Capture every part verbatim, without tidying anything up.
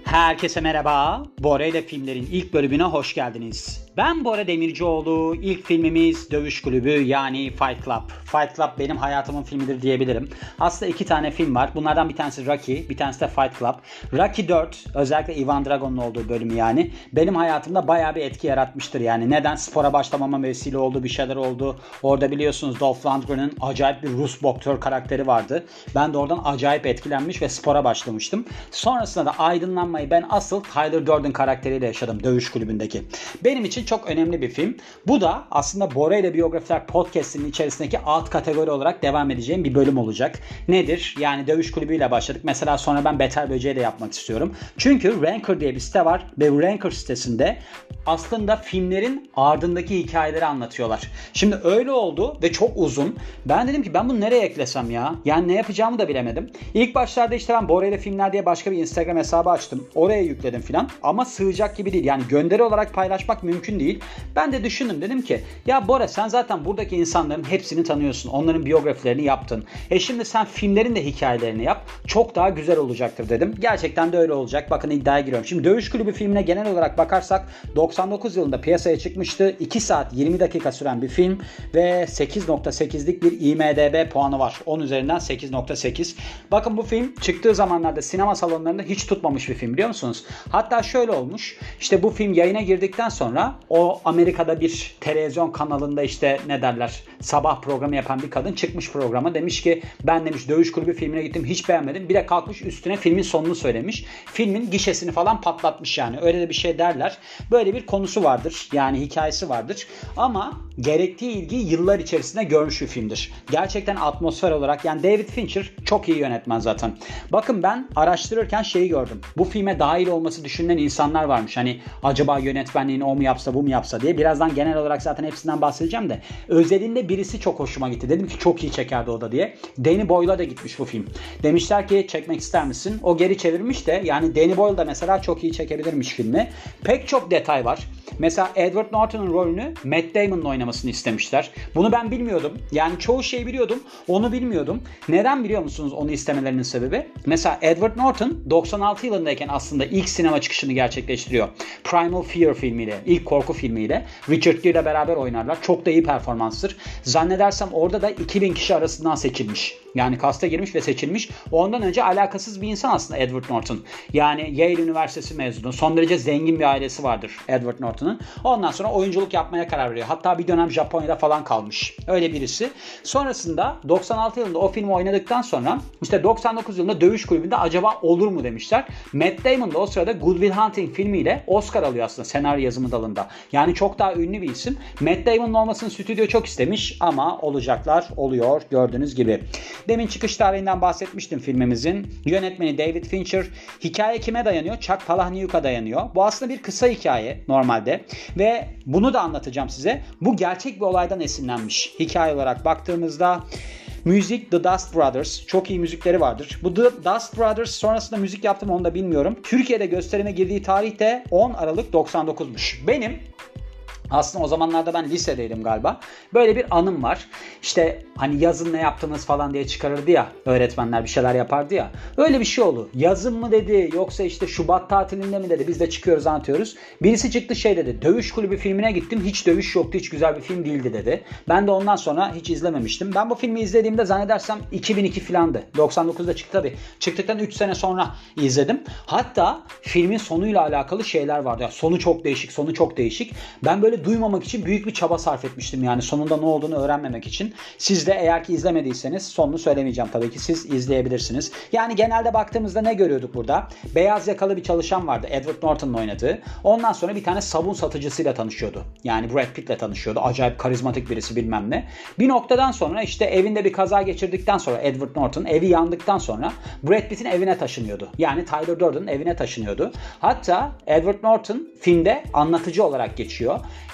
Herkese merhaba. Bora ile filmlerin ilk bölümüne hoş geldiniz. Ben Bora Demircioğlu. İlk filmimiz Dövüş Kulübü yani Fight Club. Fight Club benim hayatımın filmidir diyebilirim. Aslında iki tane film var. Bunlardan bir tanesi Rocky, bir tanesi de Fight Club. Rocky dört, özellikle Ivan Drago'nun olduğu bölümü yani. Benim hayatımda bayağı bir etki yaratmıştır yani. Neden? Spora başlamama vesile oldu, bir şeyler oldu. Orada biliyorsunuz Dolph Lundgren'ın acayip bir Rus boksör karakteri vardı. Ben de oradan acayip etkilenmiş ve spora başlamıştım. Sonrasında da aydınlanmayı ben asıl Tyler Durden karakteriyle yaşadım Dövüş Kulübü'ndeki. Benim için çok önemli bir film. Bu da aslında Bora ile Biyografiler Podcast'inin içerisindeki alt kategori olarak devam edeceğim bir bölüm olacak. Nedir? Yani Dövüş Kulübü ile başladık. Mesela sonra ben Beter Böceği de yapmak istiyorum. Çünkü Ranker diye bir site var ve bu Ranker sitesinde aslında filmlerin ardındaki hikayeleri anlatıyorlar. Şimdi öyle oldu ve çok uzun. Ben dedim ki ben bunu nereye eklesem ya? Yani ne yapacağımı da bilemedim. İlk başlarda işte ben Bora ile Filmler diye başka bir Instagram hesabı açtım. Oraya yükledim filan. Ama sığacak gibi değil. Yani gönderi olarak paylaşmak mümkün değil. Ben de düşündüm, dedim ki ya Bora sen zaten buradaki insanların hepsini tanıyorsun. Onların biyografilerini yaptın. E şimdi sen filmlerin de hikayelerini yap. Çok daha güzel olacaktır dedim. Gerçekten de öyle olacak. Bakın iddiaya giriyorum. Şimdi Dövüş Kulübü filmine genel olarak bakarsak doksan dokuz yılında piyasaya çıkmıştı. iki saat yirmi dakika süren bir film ve sekiz nokta sekizlik bir I M D B puanı var. on üzerinden sekiz nokta sekiz. Bakın bu film çıktığı zamanlarda sinema salonlarında hiç tutmamış bir film, biliyor musunuz? Hatta şöyle olmuş. İşte bu film yayına girdikten sonra o Amerika'da bir televizyon kanalında işte ne derler sabah programı yapan bir kadın çıkmış programa, demiş ki ben demiş Dövüş Kulübü filmine gittim, hiç beğenmedim. Bir de kalkmış üstüne filmin sonunu söylemiş. Filmin gişesini falan patlatmış yani. Öyle de bir şey derler. Böyle bir konusu vardır. Yani hikayesi vardır. Ama gerektiği ilgiyi yıllar içerisinde görmüş bir filmdir. Gerçekten atmosfer olarak yani David Fincher çok iyi yönetmen zaten. Bakın ben araştırırken şeyi gördüm. Bu filme dahil olması düşünülen insanlar varmış. Hani acaba yönetmenliğini o mu yapsa bu mu yapsa diye. Birazdan genel olarak zaten hepsinden bahsedeceğim de. Özelinde birisi çok hoşuma gitti. Dedim ki çok iyi çekerdi o da diye. Danny Boyle'a da gitmiş bu film. Demişler ki çekmek ister misin? O geri çevirmiş de yani Danny Boyle da mesela çok iyi çekebilirmiş filmi. Pek çok detay var. Mesela Edward Norton'un rolünü Matt Damon'ın oynamasını istemişler. Bunu ben bilmiyordum. Yani çoğu şeyi biliyordum. Onu bilmiyordum. Neden biliyor musunuz onu istemelerinin sebebi? Mesela Edward Norton doksan altı yılındayken aslında ilk sinema çıkışını gerçekleştiriyor. Primal Fear filmiyle, ilk korku filmiyle. Richard Gere ile beraber oynarlar. Çok da iyi performanstır. Zannedersem orada da iki bin kişi arasından seçilmiş. Yani kasta girmiş ve seçilmiş. Ondan önce alakasız bir insan aslında Edward Norton. Yani Yale Üniversitesi mezunu. Son derece zengin bir ailesi vardır Edward Norton'un. Ondan sonra oyunculuk yapmaya karar veriyor. Hatta bir dönem Japonya'da falan kalmış. Öyle birisi. Sonrasında doksan altı yılında o filmi oynadıktan sonra işte doksan dokuz yılında Dövüş Kulübü'nde acaba olur mu demişler. Matt Damon da o sırada Good Will Hunting filmiyle Oscar alıyor aslında senaryo yazımı dalında. Yani çok daha ünlü bir isim. Matt Damon'ın olmasını stüdyo çok istemiş ama olacaklar oluyor gördüğünüz gibi. Demin çıkış tarihinden bahsetmiştim filmimizin. Yönetmeni David Fincher. Hikaye kime dayanıyor? Chuck Palahniuk'a dayanıyor. Bu aslında bir kısa hikaye normalde. Ve bunu da anlatacağım size. Bu gerçek bir olaydan esinlenmiş. Hikaye olarak baktığımızda müzik The Dust Brothers. Çok iyi müzikleri vardır. Bu The Dust Brothers sonrasında müzik yaptı mı onu da bilmiyorum. Türkiye'de gösterime girdiği tarih de on Aralık doksan dokuzmuş. Benim aslında o zamanlarda ben lisedeydim galiba. Böyle bir anım var. İşte hani yazın ne yaptınız falan diye çıkarırdı ya. Öğretmenler bir şeyler yapardı ya. Öyle bir şey oldu. Yazın mı dedi yoksa işte Şubat tatilinde mi dedi. Biz de çıkıyoruz anlatıyoruz. Birisi çıktı şey dedi. Dövüş Kulübü filmine gittim. Hiç dövüş yoktu. Hiç güzel bir film değildi dedi. Ben de ondan sonra hiç izlememiştim. Ben bu filmi izlediğimde zannedersem iki bin iki filandı. doksan dokuzda çıktı tabii. Çıktıktan üç sene sonra izledim. Hatta filmin sonuyla alakalı şeyler vardı. Ya sonu çok değişik. Sonu çok değişik. Ben böyle duymamak için büyük bir çaba sarf etmiştim yani sonunda ne olduğunu öğrenmemek için. Siz de eğer ki izlemediyseniz sonunu söylemeyeceğim tabii ki, siz izleyebilirsiniz. Yani genelde baktığımızda ne görüyorduk burada? Beyaz yakalı bir çalışan vardı Edward Norton'un oynadığı. Ondan sonra bir tane sabun satıcısıyla tanışıyordu. Yani Brad Pitt'le tanışıyordu. Acayip karizmatik birisi bilmem ne. Bir noktadan sonra işte evinde bir kaza geçirdikten sonra Edward Norton evi yandıktan sonra Brad Pitt'in evine taşınıyordu. Yani Tyler Durden'ın evine taşınıyordu. Hatta Edward Norton filmde anlatıcı olarak geçiyor.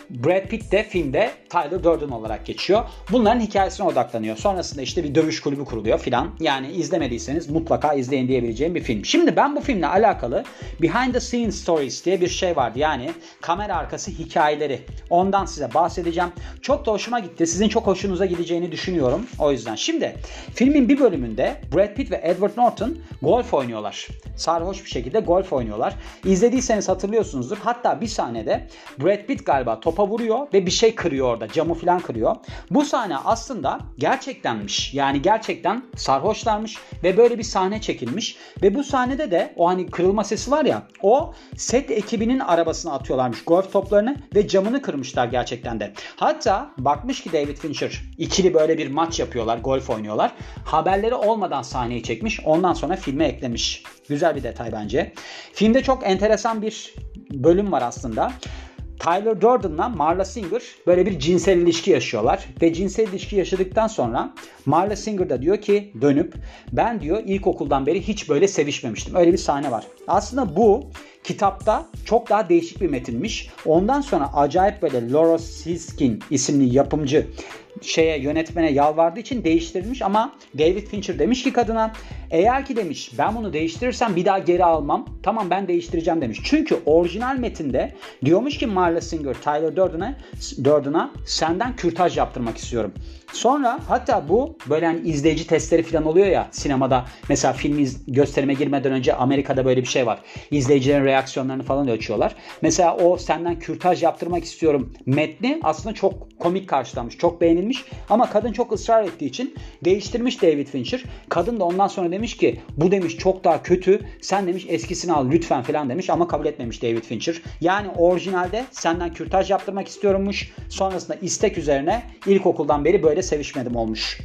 Brad Pitt de filmde Tyler Durden olarak geçiyor. Bunların hikayesine odaklanıyor. Sonrasında işte bir dövüş kulübü kuruluyor filan. Yani izlemediyseniz mutlaka izleyin diyebileceğim bir film. Şimdi ben bu filmle alakalı Behind the Scenes Stories diye bir şey vardı. Yani kamera arkası hikayeleri. Ondan size bahsedeceğim. Çok da hoşuma gitti. Sizin çok hoşunuza gideceğini düşünüyorum. O yüzden. Şimdi filmin bir bölümünde Brad Pitt ve Edward Norton golf oynuyorlar. Sarhoş bir şekilde golf oynuyorlar. İzlediyseniz hatırlıyorsunuzdur. Hatta bir sahnede Brad Pitt galiba topa vuruyor ve bir şey kırıyor orada. Camı falan kırıyor. Bu sahne aslında gerçektenmiş. Yani gerçekten sarhoşlarmış ve böyle bir sahne çekilmiş. Ve bu sahnede de o hani kırılma sesi var ya, o set ekibinin arabasına atıyorlarmış golf toplarını ve camını kırmışlar gerçekten de. Hatta bakmış ki David Fincher ikili böyle bir maç yapıyorlar, golf oynuyorlar. Haberleri olmadan sahneyi çekmiş. Ondan sonra filme eklemiş. Güzel bir detay bence. Filmde çok enteresan bir bölüm var aslında. Tyler Durden'la Marla Singer böyle bir cinsel ilişki yaşıyorlar. Ve cinsel ilişki yaşadıktan sonra Marla Singer da diyor ki dönüp ben diyor ilkokuldan beri hiç böyle sevişmemiştim. Öyle bir sahne var. Aslında bu kitapta çok daha değişik bir metinmiş. Ondan sonra acayip böyle Laura Siskin isimli yapımcı şeye yönetmene yalvardığı için değiştirilmiş ama David Fincher demiş ki kadına eğer ki demiş ben bunu değiştirirsem bir daha geri almam. Tamam ben değiştireceğim demiş. Çünkü orijinal metinde diyormuş ki Marla Singer Tyler Durden'a Durden'a senden kürtaj yaptırmak istiyorum. Sonra hatta bu böyle hani izleyici testleri falan oluyor ya sinemada. Mesela film iz- gösterime girmeden önce Amerika'da böyle bir şey var. İzleyicilerin reaksiyonlarını falan ölçüyorlar. Mesela o senden kürtaj yaptırmak istiyorum metni aslında çok komik karşılanmış. Çok beğenilmiş. Ama kadın çok ısrar ettiği için değiştirmiş David Fincher. Kadın da ondan sonra demiş ki bu demiş çok daha kötü. Sen demiş eskisini al lütfen falan demiş ama kabul etmemiş David Fincher. Yani orijinalde senden kürtaj yaptırmak istiyormuş. Sonrasında istek üzerine ilkokuldan beri böyle sevişmedim olmuş.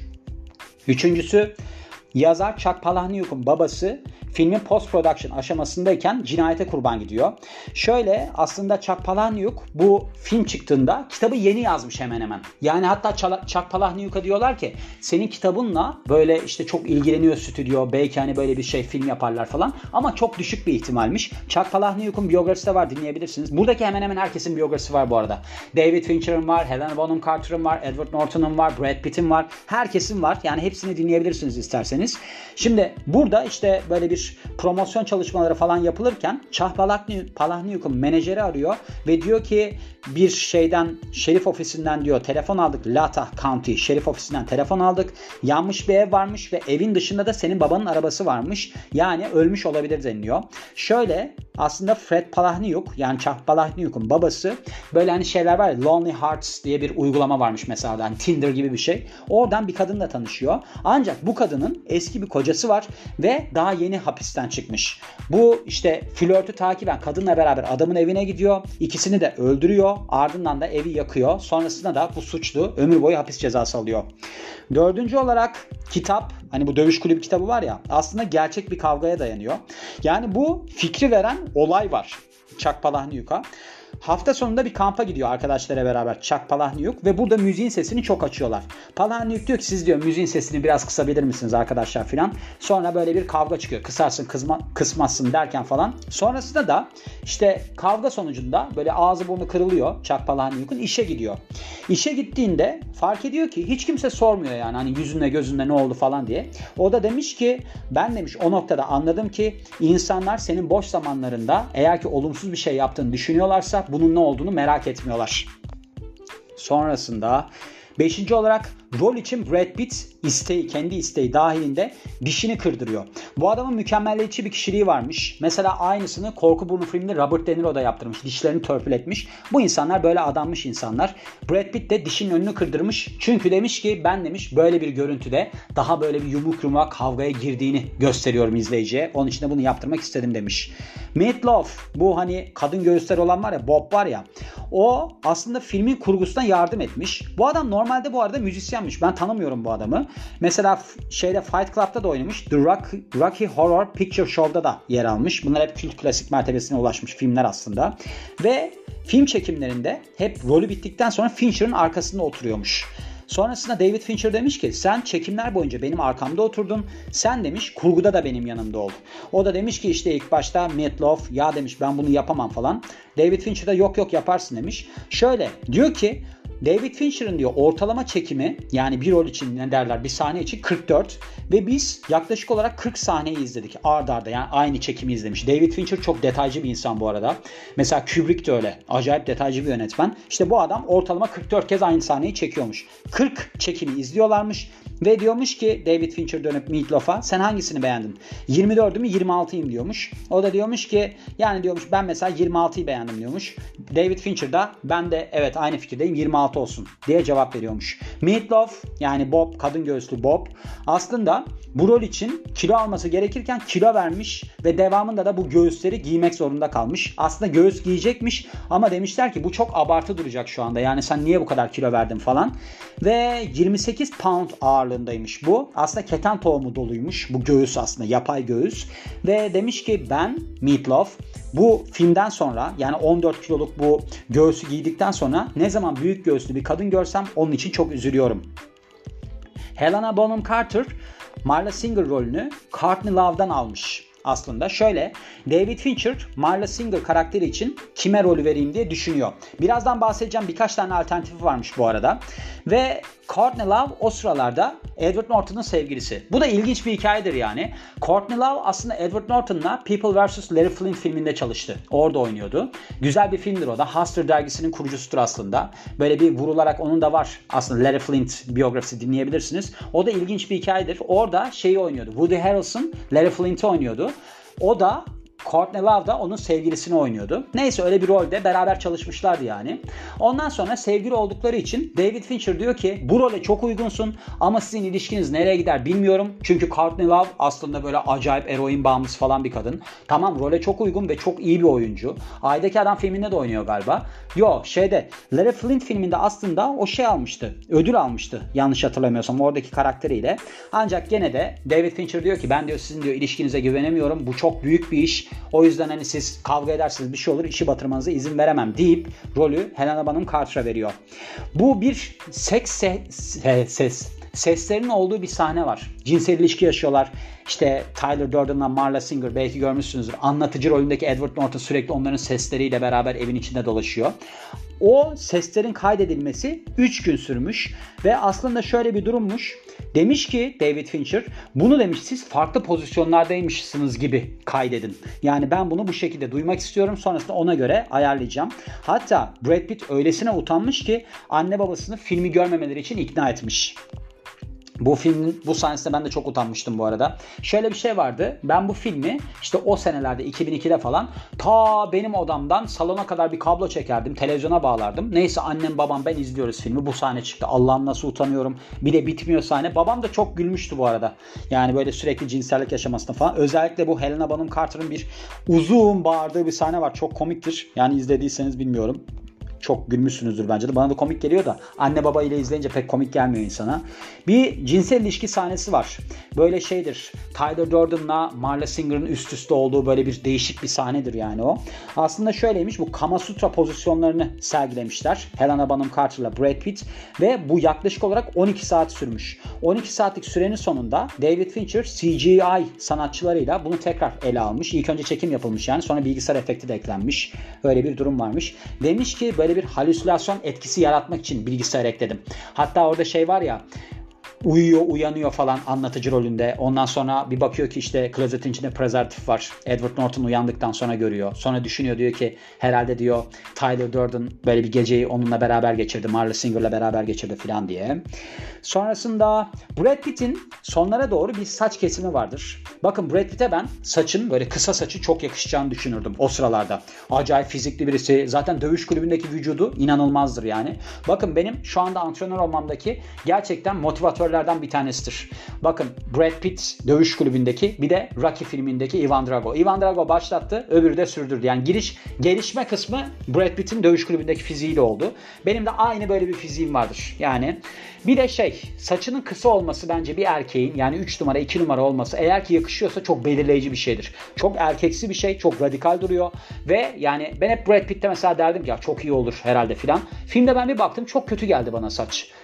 Üçüncüsü yazar Chuck Palahniuk'un babası filmin post production aşamasındayken cinayete kurban gidiyor. Şöyle aslında Chuck Palahniuk bu film çıktığında kitabı yeni yazmış hemen hemen. Yani hatta Chuck Palahniuk'a diyorlar ki senin kitabınla böyle işte çok ilgileniyor stüdyo. Belki hani böyle bir şey film yaparlar falan. Ama çok düşük bir ihtimalmiş. Chuck Palahniuk'un biyografisi de var dinleyebilirsiniz. Buradaki hemen hemen herkesin biyografisi var bu arada. David Fincher'ın var, Helena Bonham Carter'ın var, Edward Norton'un var, Brad Pitt'in var. Herkesin var. Yani hepsini dinleyebilirsiniz isterseniz. Şimdi burada işte böyle bir promosyon çalışmaları falan yapılırken Chuck Palahniuk'un menajeri arıyor ve diyor ki bir şeyden şerif ofisinden diyor telefon aldık. Latah County şerif ofisinden telefon aldık. Yanmış bir ev varmış ve evin dışında da senin babanın arabası varmış. Yani ölmüş olabilir deniliyor. Şöyle aslında Fred Palahniuk yani Chuck Palahniuk'un babası böyle hani şeyler var ya Lonely Hearts diye bir uygulama varmış mesela yani Tinder gibi bir şey. Oradan bir kadınla tanışıyor. Ancak bu kadının eski bir kocası var ve daha yeni hapisten çıkmış. Bu işte flörtü takiben kadınla beraber adamın evine gidiyor. İkisini de öldürüyor. Ardından da evi yakıyor. Sonrasında da bu suçlu ömür boyu hapis cezası alıyor. Dördüncü olarak kitap hani bu dövüş kulübü kitabı var ya aslında gerçek bir kavgaya dayanıyor. Yani bu fikri veren olay var Chuck Palahniuk'a. Hafta sonunda bir kampa gidiyor arkadaşlarıyla beraber Chuck Palahniuk ve burada müziğin sesini çok açıyorlar. Palahniuk diyor ki siz diyor müziğin sesini biraz kısabilir misiniz arkadaşlar filan. Sonra böyle bir kavga çıkıyor. Kısarsın kızma, kısmazsın derken falan. Sonrasında da işte kavga sonucunda böyle ağzı burnu kırılıyor Chuck Palahniuk'un işe gidiyor. İşe gittiğinde fark ediyor ki hiç kimse sormuyor yani hani yüzünde gözünde ne oldu falan diye. O da demiş ki ben demiş o noktada anladım ki insanlar senin boş zamanlarında eğer ki olumsuz bir şey yaptığını düşünüyorlarsa bunun ne olduğunu merak etmiyorlar. Sonrasında beşinci olarak rol için Brad Pitt isteği, kendi isteği dahilinde dişini kırdırıyor. Bu adamın mükemmelliyetçi bir kişiliği varmış. Mesela aynısını Korku Burnu filminde Robert De Niro da yaptırmış. Dişlerini törpületmiş. Bu insanlar böyle adanmış insanlar. Brad Pitt de dişinin önünü kırdırmış. Çünkü demiş ki ben demiş böyle bir görüntüde daha böyle bir yumruk yumruğa kavgaya girdiğini gösteriyorum izleyiciye. Onun için de bunu yaptırmak istedim demiş. Meatloaf bu hani kadın göğüsleri olan var ya Bob var ya o aslında filmin kurgusuna yardım etmiş. Bu adam normalde bu arada müzisyenmiş. Ben tanımıyorum bu adamı. Mesela şeyde Fight Club'da da oynamış. The Rocky, Rocky Horror Picture Show'da da yer almış. Bunlar hep kült klasik mertebesine ulaşmış filmler aslında. Ve film çekimlerinde hep rolü bittikten sonra Fincher'ın arkasında oturuyormuş. Sonrasında David Fincher demiş ki sen çekimler boyunca benim arkamda oturdun. Sen demiş kurguda da benim yanımda ol. O da demiş ki işte ilk başta Meatloaf ya demiş ben bunu yapamam falan. David Fincher de yok yok yaparsın demiş. Şöyle diyor ki David Fincher'ın diyor ortalama çekimi yani bir rol için ne derler bir sahne için kırk dört ve biz yaklaşık olarak kırk sahneyi izledik ard arda yani aynı çekimi izlemiş. David Fincher çok detaycı bir insan bu arada. Mesela Kubrick de öyle. Acayip detaycı bir yönetmen. İşte bu adam ortalama kırk dört kez aynı sahneyi çekiyormuş. kırk çekimi izliyorlarmış. Ve diyormuş ki David Fincher dönüp Meatloaf'a sen hangisini beğendin? yirmi dördü mü yirmi altıyım diyormuş. O da diyormuş ki yani diyormuş ben mesela yirmi altıyı beğendim diyormuş. David Fincher da ben de evet aynı fikirdeyim yirmi altı olsun diye cevap veriyormuş. Meatloaf yani Bob kadın göğüslü Bob aslında bu rol için kilo alması gerekirken kilo vermiş ve devamında da bu göğüsleri giymek zorunda kalmış. Aslında göğüs giyecekmiş ama demişler ki bu çok abartı duracak şu anda. Yani sen niye bu kadar kilo verdin falan. Ve yirmi sekiz pound ağırlığındaymış bu. Aslında keten tohumu doluymuş bu göğüs aslında yapay göğüs. Ve demiş ki ben Meatloaf bu filmden sonra yani on dört kiloluk bu göğüsü giydikten sonra ne zaman büyük göğüslü bir kadın görsem onun için çok üzülüyorum. Helena Bonham Carter Marla Singer rolünü Courtney Love'dan almış. Aslında şöyle David Fincher Marla Singer karakteri için kime rolü vereyim diye düşünüyor. Birazdan bahsedeceğim birkaç tane alternatifi varmış bu arada. Ve Courtney Love o sıralarda Edward Norton'un sevgilisi. Bu da ilginç bir hikayedir yani. Courtney Love aslında Edward Norton'la People versus. Larry Flint filminde çalıştı. Orada oynuyordu. Güzel bir filmdir o da. Hustler dergisinin kurucusudur aslında. Böyle bir vurularak onun da var. Aslında Larry Flint biyografisi dinleyebilirsiniz. O da ilginç bir hikayedir. Orada şeyi oynuyordu. Woody Harrelson Larry Flint'i oynuyordu. O da Courtney Love da onun sevgilisini oynuyordu. Neyse öyle bir rolde beraber çalışmışlardı yani. Ondan sonra sevgili oldukları için David Fincher diyor ki bu role çok uygunsun ama sizin ilişkiniz nereye gider bilmiyorum. Çünkü Courtney Love aslında böyle acayip eroin bağımlısı falan bir kadın. Tamam role çok uygun ve çok iyi bir oyuncu. Aydaki Adam filminde de oynuyor galiba. Yo şeyde Larry Flint filminde aslında o şey almıştı. Ödül almıştı yanlış hatırlamıyorsam oradaki karakteriyle. Ancak gene de David Fincher diyor ki ben diyor sizin diyor ilişkinize güvenemiyorum. Bu çok büyük bir iş. O yüzden hani siz kavga edersiniz bir şey olur işi batırmanıza izin veremem deyip rolü Helena Bonham Carter'a veriyor. Bu bir seks se- ses seslerinin olduğu bir sahne var. Cinsel ilişki yaşıyorlar. İşte Tyler Durden'la Marla Singer belki görmüşsünüzdür. Anlatıcı rolündeki Edward Norton sürekli onların sesleriyle beraber evin içinde dolaşıyor. O seslerin kaydedilmesi üç gün sürmüş ve aslında şöyle bir durummuş. Demiş ki David Fincher bunu demiş siz farklı pozisyonlardaymışsınız gibi kaydedin. Yani ben bunu bu şekilde duymak istiyorum sonrasında ona göre ayarlayacağım. Hatta Brad Pitt öylesine utanmış ki anne babasını filmi görmemeleri için ikna etmiş. Bu filmin bu sahnesinde ben de çok utanmıştım bu arada. Şöyle bir şey vardı. Ben bu filmi işte o senelerde iki bin ikide falan ta benim odamdan salona kadar bir kablo çekerdim. Televizyona bağlardım. Neyse annem babam ben izliyoruz filmi. Bu sahne çıktı. Allah'ım nasıl utanıyorum. Bir de bitmiyor sahne. Babam da çok gülmüştü bu arada. Yani böyle sürekli cinsellik yaşamasına falan. Özellikle bu Helena Bonham Carter'ın bir uzun bağırdığı bir sahne var. Çok komiktir. Yani izlediyseniz bilmiyorum. Çok gülmüşsünüzdür bence de. Bana da komik geliyor da anne baba ile izleyince pek komik gelmiyor insana. Bir cinsel ilişki sahnesi var. Böyle şeydir. Tyler Durden'la Marla Singer'ın üst üste olduğu böyle bir değişik bir sahnedir yani o. Aslında şöyleymiş. Bu Kama Sutra pozisyonlarını sergilemişler. Helena Bonham Carter'la Brad Pitt ve bu yaklaşık olarak on iki saat sürmüş. on iki saatlik sürenin sonunda David Fincher C G I sanatçılarıyla bunu tekrar ele almış. İlk önce çekim yapılmış yani. Sonra bilgisayar efekti de eklenmiş. Öyle bir durum varmış. Demiş ki böyle bir halüsinasyon etkisi yaratmak için bilgisayar ekledim. Hatta orada şey var ya uyuyor uyanıyor falan anlatıcı rolünde. Ondan sonra bir bakıyor ki işte klozetin içinde prezervatif var. Edward Norton uyandıktan sonra görüyor. Sonra düşünüyor diyor ki herhalde diyor Tyler Durden böyle bir geceyi onunla beraber geçirdi. Marla Singer'la beraber geçirdi falan diye. Sonrasında Brad Pitt'in sonlara doğru bir saç kesimi vardır. Bakın Brad Pitt'e ben saçın böyle kısa saçı çok yakışacağını düşünürdüm o sıralarda. Acayip fizikli birisi. Zaten dövüş kulübündeki vücudu inanılmazdır yani. Bakın benim şu anda antrenör olmamdaki gerçekten motivatörlerden bir tanesidir. Bakın Brad Pitt dövüş kulübündeki bir de Rocky filmindeki Ivan Drago. Ivan Drago başlattı, öbürü de sürdürdü. Yani giriş gelişme kısmı Brad Pitt'in dövüş kulübündeki fiziğiyle oldu. Benim de aynı böyle bir fiziğim vardır. Yani bir de şey saçının kısa olması bence bir erkeğin yani üç numara iki numara olması eğer ki yakışıyorsa çok belirleyici bir şeydir. Çok erkeksi bir şey, çok radikal duruyor ve yani ben hep Brad Pitt'te mesela derdim ki ya çok iyi olur herhalde filan. Filmde ben bir baktım çok kötü geldi bana saç.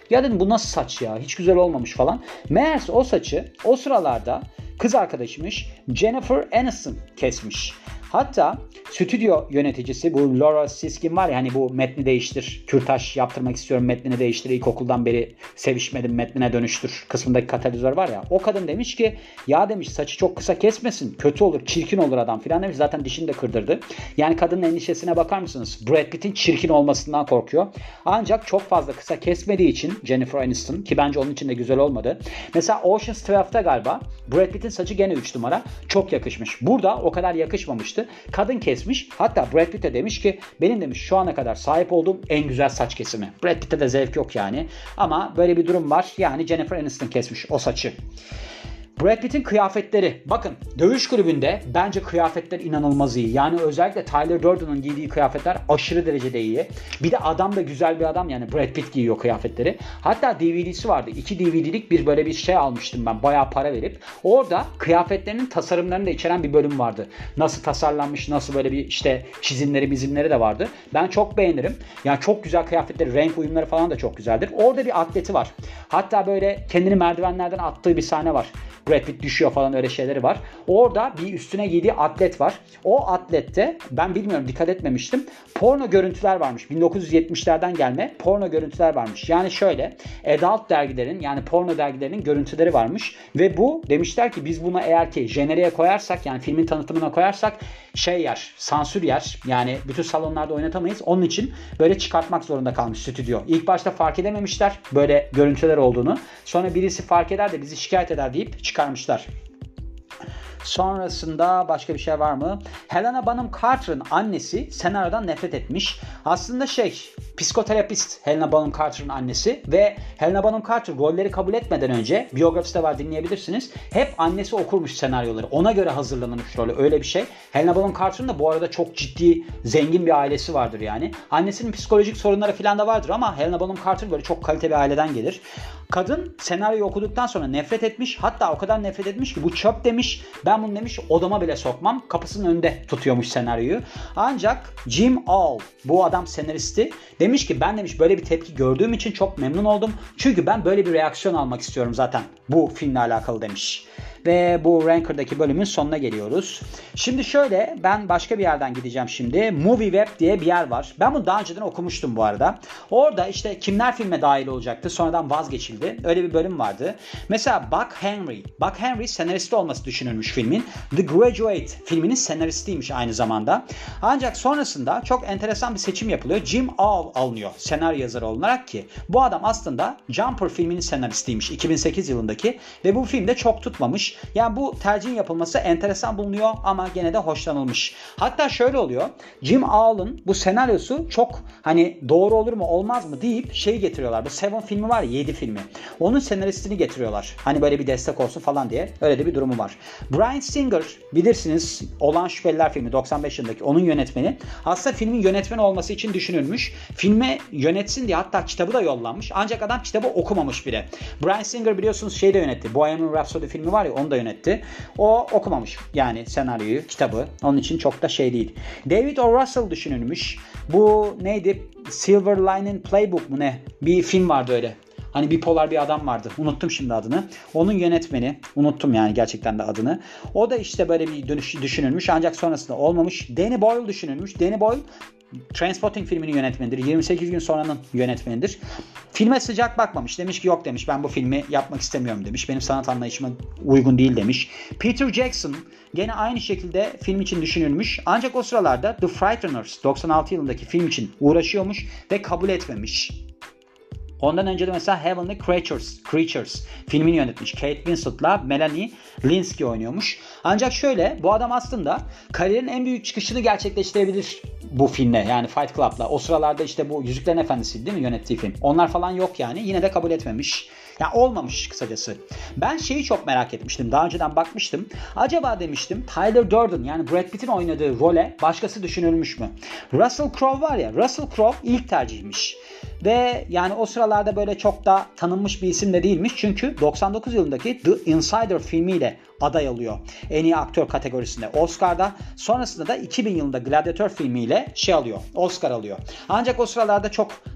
Ya dedim bu nasıl saç ya? Hiç güzel olmamış falan. Meğerse o saçı o sıralarda kız arkadaşımış Jennifer Aniston kesmiş. Hatta stüdyo yöneticisi bu Laura Siskin var ya, hani bu metni değiştir, kürtaj yaptırmak istiyorum, metnini değiştir, ilkokuldan beri sevişmedim, metnine dönüştür kısmındaki katalizör var ya, o kadın demiş ki ya demiş saçı çok kısa kesmesin, kötü olur, çirkin olur adam filan demiş, zaten dişini de kırdırdı. Yani kadının endişesine bakar mısınız? Brad Pitt'in çirkin olmasından korkuyor. Ancak çok fazla kısa kesmediği için Jennifer Aniston, ki bence onun için de güzel olmadı. Mesela Ocean's twelve'da galiba Brad Pitt'in saçı gene üç numara çok yakışmış. Burada o kadar yakışmamıştı. Kadın kesmiş. Hatta Brad Pitt'e demiş ki benim demiş şu ana kadar sahip olduğum en güzel saç kesimi. Brad Pitt'e de zevk yok yani. Ama böyle bir durum var. Yani Jennifer Aniston kesmiş o saçı. Brad Pitt'in kıyafetleri. Bakın dövüş kulübünde bence kıyafetler inanılmaz iyi. Yani özellikle Tyler Durden'ın giydiği kıyafetler aşırı derecede iyi. Bir de adam da güzel bir adam, yani Brad Pitt giyiyor kıyafetleri. Hatta D V D'si vardı. iki D V D'lik bir böyle bir şey almıştım ben bayağı para verip. Orada kıyafetlerinin tasarımlarını da içeren bir bölüm vardı. Nasıl tasarlanmış, nasıl böyle bir işte çizimleri, bizimleri de vardı. Ben çok beğenirim. Yani çok güzel kıyafetleri, renk uyumları falan da çok güzeldir. Orada bir atleti var. Hatta böyle kendini merdivenlerden attığı bir sahne var. Brad Pitt düşüyor falan, öyle şeyleri var. Orada bir üstüne giydiği atlet var. O atlette ben bilmiyorum, dikkat etmemiştim. Porno görüntüler varmış. bin dokuz yüz yetmişlerden gelme porno görüntüler varmış. Yani şöyle adult dergilerin, yani porno dergilerinin görüntüleri varmış. Ve bu demişler ki biz buna eğer ki jeneriğe koyarsak, yani filmin tanıtımına koyarsak şey yer, sansür yer. Yani bütün salonlarda oynatamayız. Onun için böyle çıkartmak zorunda kalmış stüdyo. İlk başta fark edememişler böyle görüntüler olduğunu. Sonra birisi fark eder de bizi şikayet eder deyip çıkarmışlar. Sonrasında başka bir şey var mı? Helena Bonham Carter'ın annesi senaryodan nefret etmiş. Aslında şey, psikoterapist Helena Bonham Carter'ın annesi ve Helena Bonham Carter rolleri kabul etmeden önce, biyografisi de var, dinleyebilirsiniz. Hep annesi okurmuş senaryoları. Ona göre hazırlanılmış rolü, öyle bir şey. Helena Bonham Carter'ın da bu arada çok ciddi, zengin bir ailesi vardır yani. Annesinin psikolojik sorunları falan da vardır ama Helena Bonham Carter böyle çok kalite bir aileden gelir. Kadın senaryoyu okuduktan sonra nefret etmiş. Hatta o kadar nefret etmiş ki bu çöp demiş. Ben bunu demiş odama bile sokmam. Kapısının önünde tutuyormuş senaryoyu. Ancak Jim All, bu adam senaristi, demiş ki ben demiş böyle bir tepki gördüğüm için çok memnun oldum. Çünkü ben böyle bir reaksiyon almak istiyorum zaten bu filmle alakalı demiş. Ve bu Ranker'daki bölümün sonuna geliyoruz. Şimdi şöyle, ben başka bir yerden gideceğim şimdi. Movie Web diye bir yer var. Ben bunu daha önceden okumuştum bu arada. Orada işte kimler filme dahil olacaktı, sonradan vazgeçildi. Öyle bir bölüm vardı. Mesela Buck Henry. Buck Henry senaristi olması düşünülmüş filmin. The Graduate filminin senaristiymiş aynı zamanda. Ancak sonrasında çok enteresan bir seçim yapılıyor. Jim All alınıyor senaryo yazarı olarak ki bu adam aslında Jumper filminin senaristiymiş iki bin sekiz yılındaki ve bu filmde çok tutmamış. Yani bu tercihin yapılması enteresan bulunuyor ama gene de hoşlanılmış. Hatta şöyle oluyor. Jim All'ın bu senaryosu çok hani doğru olur mu olmaz mı deyip şeyi getiriyorlar. Bu Seven filmi var ya, yedi filmi. Onun senaristini getiriyorlar. Hani böyle bir destek olsun falan diye. Öyle de bir durumu var. Bryan Singer, bilirsiniz, Olan Şüpheliler filmi doksan beş yılındaki, onun yönetmeni. Aslında filmin yönetmeni olması için düşünülmüş. Filme yönetsin diye hatta kitabı da yollanmış. Ancak adam kitabı okumamış bile. Bryan Singer biliyorsunuz şeyi de yönetti. Bohemian Rhapsody filmi var ya, onu da yönetti. O okumamış yani senaryoyu, kitabı. Onun için çok da şey değil. David O. Russell düşünülmüş. Bu neydi? Silver Lining Playbook mu ne? Bir film vardı öyle. Hani bipolar bir adam vardı. Unuttum şimdi adını. Onun yönetmeni. Unuttum yani gerçekten de adını. O da işte böyle bir dönüş düşünülmüş. Ancak sonrasında olmamış. Danny Boyle düşünülmüş. Danny Boyle Trainspotting filminin yönetmenidir. yirmi sekiz gün sonranın yönetmenidir. Filme sıcak bakmamış. Demiş ki yok demiş, ben bu filmi yapmak istemiyorum demiş. Benim sanat anlayışıma uygun değil demiş. Peter Jackson gene aynı şekilde film için düşünülmüş. Ancak o sıralarda The Frighteners doksan altı yılındaki film için uğraşıyormuş ve kabul etmemiş. Ondan önce de mesela Heavenly Creatures, Creatures filmini yönetmiş. Kate Winslet'la Melanie Lynskey oynuyormuş. Ancak şöyle, bu adam aslında kariyerin en büyük çıkışını gerçekleştirebilir bu filmle, yani Fight Club'la. O sıralarda işte bu Yüzüklerin Efendisi değil mi yönettiği film? Onlar falan yok yani. Yine de kabul etmemiş. Ya yani olmamış kısacası. Ben şeyi çok merak etmiştim. Daha önceden bakmıştım. Acaba demiştim Tyler Durden, yani Brad Pitt'in oynadığı role başkası düşünülmüş mü? Russell Crowe var ya, Russell Crowe ilk tercihmiş. Ve yani o sıralarda böyle çok da tanınmış bir isim de değilmiş. Çünkü doksan dokuz yılındaki The Insider filmiyle aday alıyor en iyi aktör kategorisinde Oscar'da. Sonrasında da iki bin yılında Gladiator filmiyle şey alıyor, Oscar alıyor. Ancak o sıralarda çok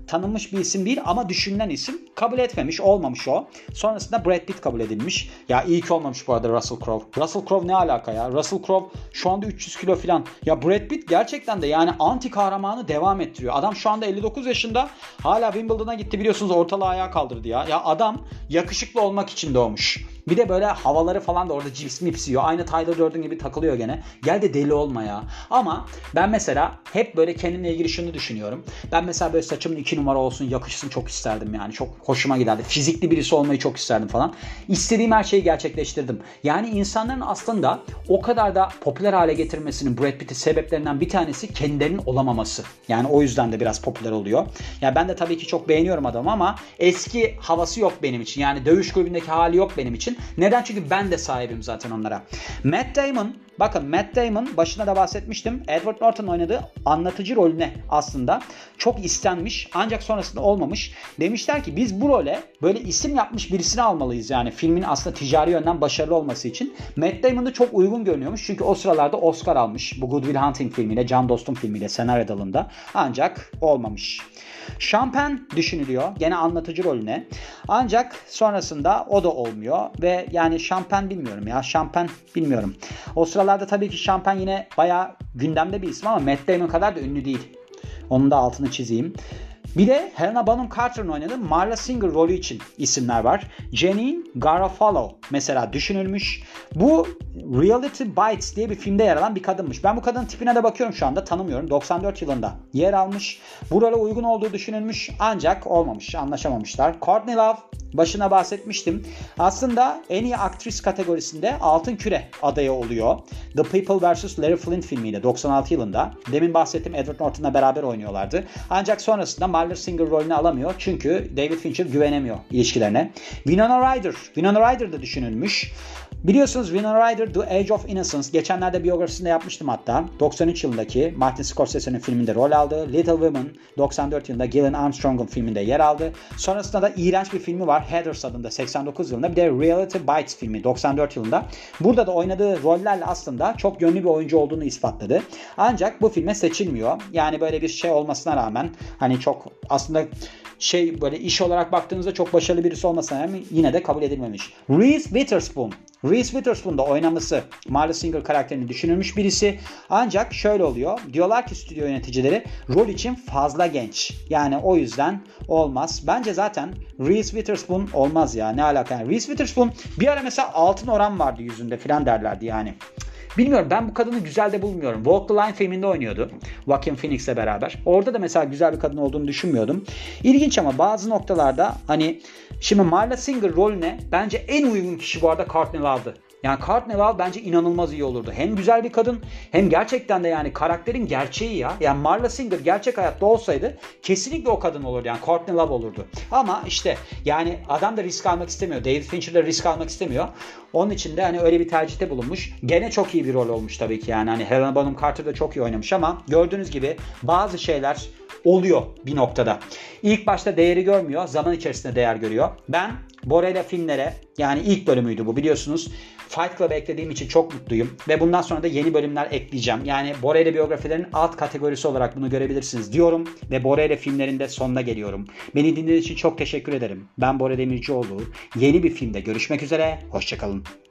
tanınmış bir isim değil ama düşünülen isim. Kabul etmemiş, olmamış o. Sonrasında Brad Pitt kabul edilmiş. Ya iyi ki olmamış bu arada Russell Crowe. Russell Crowe ne alaka ya? Russell Crowe şu anda üç yüz kilo falan. Ya Brad Pitt gerçekten de yani anti kahramanı devam ettiriyor. Adam şu anda elli dokuz yaşında, hala Wimbledon'a gitti biliyorsunuz, ortalığı ayağa kaldırdı ya. Ya adam yakışıklı olmak için doğmuş. Bir de böyle havaları falan da orada cips mips yiyor. Aynı Tyler Durden gibi takılıyor gene. Gel de deli olma ya. Ama ben mesela hep böyle kendimle ilgili şunu düşünüyorum. Ben mesela böyle saçımın iki numara olsun, yakışsın çok isterdim yani. Çok hoşuma giderdi. Fizikli birisi olmayı çok isterdim falan. İstediğim her şeyi gerçekleştirdim. Yani insanların aslında o kadar da popüler hale getirmesinin, Brad Pitt'in sebeplerinden bir tanesi kendilerinin olamaması. Yani o yüzden de biraz popüler oluyor. Ya ben de tabii ki çok beğeniyorum adamı ama eski havası yok benim için. Yani dövüş kulübündeki hali yok benim için. Neden? Çünkü ben de sahibim zaten onlara. Matt Damon, bakın Matt Damon, başına da bahsetmiştim. Edward Norton oynadığı anlatıcı rolüne aslında çok istenmiş ancak sonrasında olmamış. Demişler ki biz bu role böyle isim yapmış birisini almalıyız, yani filmin aslında ticari yönden başarılı olması için. Matt Damon da çok uygun görünüyormuş çünkü o sıralarda Oscar almış bu Good Will Hunting filmiyle, Can Dostum filmiyle senaryo dalında, ancak olmamış. Sean Penn düşünülüyor gene anlatıcı rolüne, ancak sonrasında o da olmuyor ve yani Sean Penn bilmiyorum ya, Sean Penn bilmiyorum. O sıralarda tabii ki Sean Penn yine bayağı gündemde bir isim ama Matt Damon kadar da ünlü değil. Onun da altını çizeyim. Bir de Helena Bonham Carter'ın oynadığı Marla Singer rolü için isimler var. Janine Garofalo mesela düşünülmüş. Bu Reality Bites diye bir filmde yer alan bir kadınmış. Ben bu kadının tipine de bakıyorum şu anda, tanımıyorum. doksan dört yılında yer almış. Bu role uygun olduğu düşünülmüş ancak olmamış, anlaşamamışlar. Courtney Love, başına bahsetmiştim. Aslında en iyi aktris kategorisinde Altın Küre adayı oluyor. The People vs. Larry Flint filmiyle doksan altı yılında. Demin bahsettiğim Edward Norton'la beraber oynuyorlardı. Ancak sonrasında Marla Singer rolünü alamıyor. Çünkü David Fincher güvenemiyor ilişkilerine. Winona Ryder. Winona Ryder da düşünülmüş. Biliyorsunuz Winona Ryder The Age of Innocence. Geçenlerde biyografisinde yapmıştım hatta. doksan üç yılındaki Martin Scorsese'nin filminde rol aldı. Little Women doksan dört yılında Gillian Armstrong'un filminde yer aldı. Sonrasında da iğrenç bir filmi var. Heathers adında seksen dokuz yılında. Bir de Reality Bites filmi doksan dört yılında. Burada da oynadığı rollerle aslında çok yönlü bir oyuncu olduğunu ispatladı. Ancak bu filme seçilmiyor. Yani böyle bir şey olmasına rağmen hani çok aslında şey böyle iş olarak baktığınızda çok başarılı birisi olmasına rağmen yine de kabul edilmemiş. Reese Witherspoon. Reese Witherspoon'da oynaması Marla Singer karakterini düşünülmüş birisi. Ancak şöyle oluyor. Diyorlar ki stüdyo yöneticileri rol için fazla genç. Yani o yüzden olmaz. Bence zaten Reese Witherspoon olmaz ya. Ne alaka? Yani Reese Witherspoon bir ara mesela altın oran vardı yüzünde falan derlerdi yani. Bilmiyorum, ben bu kadını güzel de bulmuyorum. Walk the Line filminde oynuyordu Joaquin Phoenix'le beraber. Orada da mesela güzel bir kadın olduğunu düşünmüyordum. İlginç ama bazı noktalarda hani şimdi Marla Singer rolüne bence en uygun kişi bu arada Courtney Love'dı. Yani Courtney Love bence inanılmaz iyi olurdu. Hem güzel bir kadın hem gerçekten de yani karakterin gerçeği ya. Yani Marla Singer gerçek hayatta olsaydı kesinlikle o kadın olurdu. Yani Courtney Love olurdu. Ama işte yani adam da risk almak istemiyor. David Fincher de risk almak istemiyor. Onun için de hani öyle bir tercihte bulunmuş. Gene çok iyi bir rol olmuş tabii ki yani. Hani Helena Bonham Carter da çok iyi oynamış ama gördüğünüz gibi bazı şeyler oluyor bir noktada. İlk başta değeri görmüyor. Zaman içerisinde değer görüyor. Ben Borella filmlere, yani ilk bölümüydü bu biliyorsunuz, Fight Club'ı eklediğim için çok mutluyum. Ve bundan sonra da yeni bölümler ekleyeceğim. Yani Borella biyografilerinin alt kategorisi olarak bunu görebilirsiniz diyorum. Ve Borella filmlerinde sonuna geliyorum. Beni dinlediğiniz için çok teşekkür ederim. Ben Bora Demircioğlu. Yeni bir filmde görüşmek üzere. Hoşçakalın.